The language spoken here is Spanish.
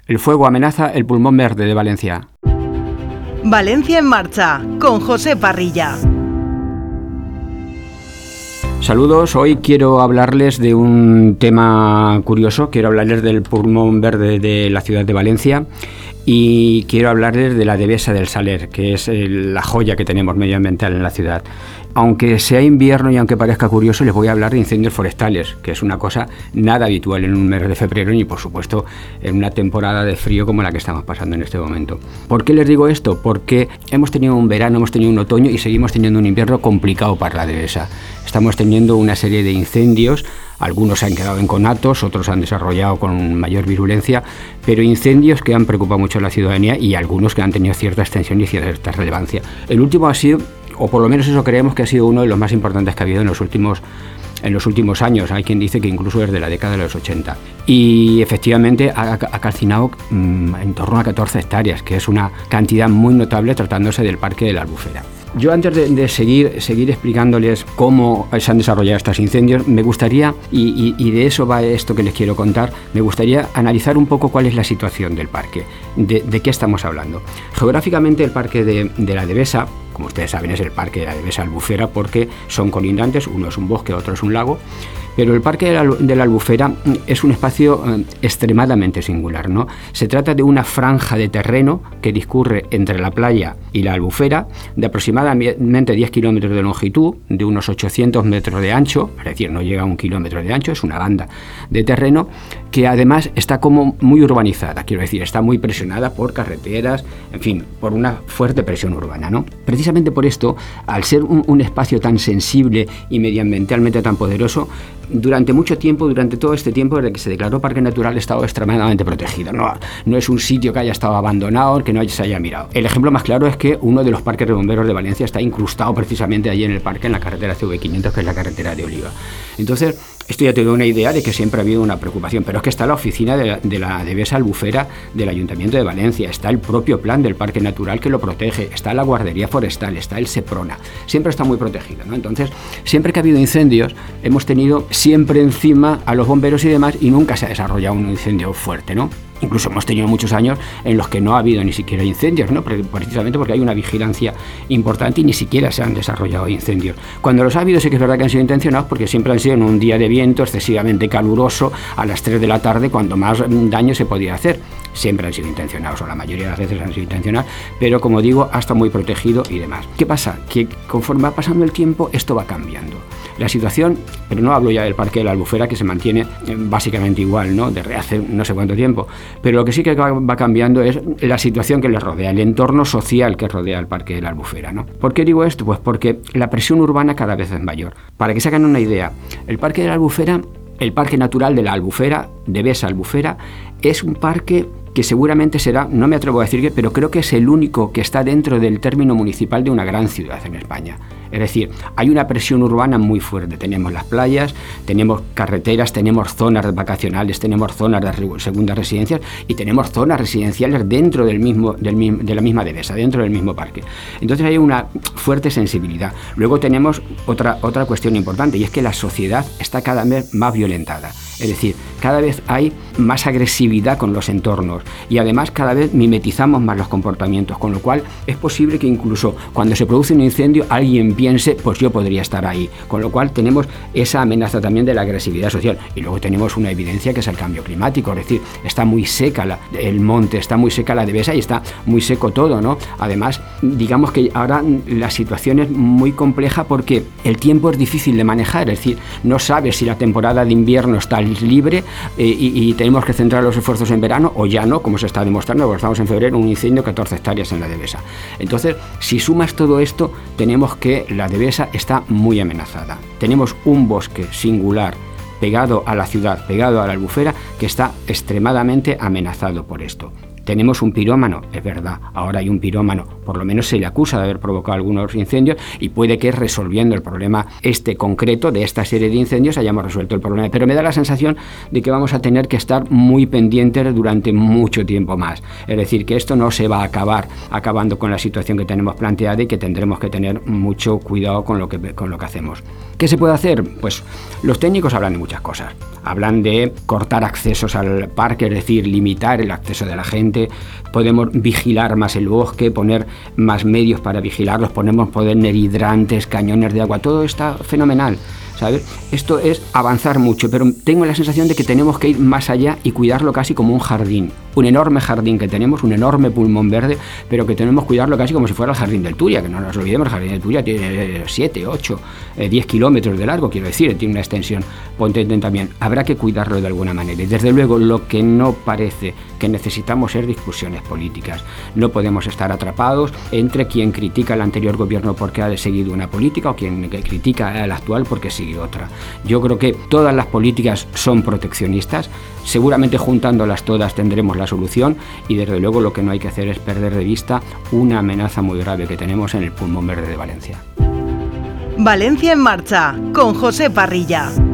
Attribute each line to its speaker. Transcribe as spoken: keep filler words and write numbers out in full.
Speaker 1: El fuego amenaza el pulmón verde de Valencia.
Speaker 2: Valencia en marcha, con José Parrilla.
Speaker 1: Saludos, hoy quiero hablarles de un tema curioso, quiero hablarles del pulmón verde de la ciudad de Valencia y quiero hablarles de la Devesa del Saler, que es la joya que tenemos medioambiental en la ciudad. Aunque sea invierno y aunque parezca curioso, les voy a hablar de incendios forestales, que es una cosa nada habitual en un mes de febrero ni, por supuesto, en una temporada de frío como la que estamos pasando en este momento. ¿Por qué les digo esto? Porque hemos tenido un verano, hemos tenido un otoño y seguimos teniendo un invierno complicado para la Devesa. Estamos teniendo una serie de incendios, algunos se han quedado en conatos, otros se han desarrollado con mayor virulencia, pero incendios que han preocupado mucho a la ciudadanía y algunos que han tenido cierta extensión y cierta relevancia. El último ha sido, o por lo menos eso creemos que ha sido uno de los más importantes que ha habido en los últimos en los últimos años. Hay quien dice que incluso desde la década de los ochenta. Y efectivamente ha, ha calcinado mmm, en torno a catorce hectáreas, que es una cantidad muy notable tratándose del Parque de la Albufera. Yo antes de, de seguir, seguir explicándoles cómo se han desarrollado estos incendios, me gustaría, y, y, y de eso va esto que les quiero contar, me gustaría analizar un poco cuál es la situación del parque, de, de qué estamos hablando. Geográficamente el Parque de, de la Devesa, como ustedes saben, es el Parque de la Devesa Albufera porque son colindantes, uno es un bosque, otro es un lago, pero el Parque de la, de la Albufera es un espacio eh, extremadamente singular, ¿no? Se trata de una franja de terreno que discurre entre la playa y la Albufera de aproximadamente diez kilómetros de longitud, de unos ochocientos metros de ancho, es decir, no llega a un kilómetro de ancho, es una banda de terreno que además está como muy urbanizada, quiero decir, está muy presionada por carreteras, en fin, por una fuerte presión urbana, ¿no? Precisamente por esto, al ser un, un espacio tan sensible y medioambientalmente tan poderoso, durante mucho tiempo, durante todo este tiempo desde que se declaró Parque Natural, ha estado extremadamente protegido. No, no es un sitio que haya estado abandonado, que no se haya mirado. El ejemplo más claro es que uno de los parques de bomberos de Valencia está incrustado precisamente allí en el parque, en la carretera C V quinientos, que es la carretera de Oliva. Entonces, esto ya te da una idea de que siempre ha habido una preocupación, pero es que está la oficina de la, de la Devesa Albufera del Ayuntamiento de Valencia, está el propio plan del Parque Natural que lo protege, está la guardería forestal, está el Seprona, siempre está muy protegido, ¿no? Entonces, siempre que ha habido incendios, hemos tenido siempre encima a los bomberos y demás y nunca se ha desarrollado un incendio fuerte, ¿no? Incluso hemos tenido muchos años en los que no ha habido ni siquiera incendios, ¿no? Precisamente porque hay una vigilancia importante y ni siquiera se han desarrollado incendios. Cuando los ha habido sí que es verdad que han sido intencionados porque siempre han sido en un día de viento excesivamente caluroso a las tres de la tarde cuando más daño se podía hacer. Siempre han sido intencionados, o la mayoría de las veces han sido intencionados, pero como digo, hasta muy protegido y demás. ¿Qué pasa? Que conforme va pasando el tiempo esto va cambiando. La situación, pero no hablo ya del Parque de la Albufera, que se mantiene básicamente igual, ¿no? Desde hace no sé cuánto tiempo, pero lo que sí que va, va cambiando es la situación que le rodea, el entorno social que rodea el Parque de la Albufera, ¿no? ¿Por qué digo esto? Pues porque la presión urbana cada vez es mayor. Para que se hagan una idea, el Parque de la Albufera, el Parque Natural de la Albufera, Devesa Albufera, es un parque que seguramente será, no me atrevo a decir que, pero creo que es el único que está dentro del término municipal de una gran ciudad en España. Es decir, hay una presión urbana muy fuerte. Tenemos las playas, tenemos carreteras, tenemos zonas vacacionales, tenemos zonas de segundas residencias y tenemos zonas residenciales dentro del mismo, del, de la misma Devesa, dentro del mismo parque. Entonces hay una fuerte sensibilidad. Luego tenemos otra, otra cuestión importante y es que la sociedad está cada vez más violentada. Es decir, cada vez hay más agresividad con los entornos y además cada vez mimetizamos más los comportamientos, con lo cual es posible que incluso cuando se produce un incendio alguien piense, pues yo podría estar ahí, con lo cual tenemos esa amenaza también de la agresividad social. Y luego tenemos una evidencia que es el cambio climático, es decir, está muy seca la, el monte, está muy seca la Devesa y está muy seco todo, ¿no? Además, digamos que ahora la situación es muy compleja porque el tiempo es difícil de manejar, es decir, no sabes si la temporada de invierno está libre eh, y, y tenemos que centrar los esfuerzos en verano o ya no, como se está demostrando, porque estamos en febrero, un incendio de catorce hectáreas en la Devesa. Entonces, si sumas todo esto, tenemos que la Devesa está muy amenazada. Tenemos un bosque singular pegado a la ciudad, pegado a la Albufera, que está extremadamente amenazado por esto. Tenemos un pirómano, es verdad, ahora hay un pirómano, por lo menos se le acusa de haber provocado algunos incendios y puede que resolviendo el problema este concreto de esta serie de incendios hayamos resuelto el problema, pero me da la sensación de que vamos a tener que estar muy pendientes durante mucho tiempo más. Es decir, que esto no se va a acabar acabando con la situación que tenemos planteada y que tendremos que tener mucho cuidado con lo que, con lo que hacemos. ¿Qué se puede hacer? Pues los técnicos hablan de muchas cosas. Hablan de cortar accesos al parque, es decir, limitar el acceso de la gente. Podemos vigilar más el bosque, poner más medios para vigilarlos, podemos poner hidrantes, cañones de agua, todo está fenomenal, ¿sabes? Esto es avanzar mucho, pero tengo la sensación de que tenemos que ir más allá y cuidarlo casi como un jardín, un enorme jardín que tenemos, un enorme pulmón verde, pero que tenemos que cuidarlo casi como si fuera el jardín del Turia, que no nos olvidemos, el jardín del Turia tiene siete, ocho, diez kilómetros de largo, quiero decir, tiene una extensión potente también. Habrá que cuidarlo de alguna manera y desde luego lo que no parece que necesitamos es discusiones políticas. No podemos estar atrapados entre quien critica al anterior gobierno porque ha seguido una política o quien critica al actual porque sigue otra. Yo creo que todas las políticas son proteccionistas, seguramente juntándolas todas tendremos la solución y desde luego lo que no hay que hacer es perder de vista una amenaza muy grave que tenemos en el pulmón verde de Valencia.
Speaker 2: Valencia en Marcha, con José Parrilla.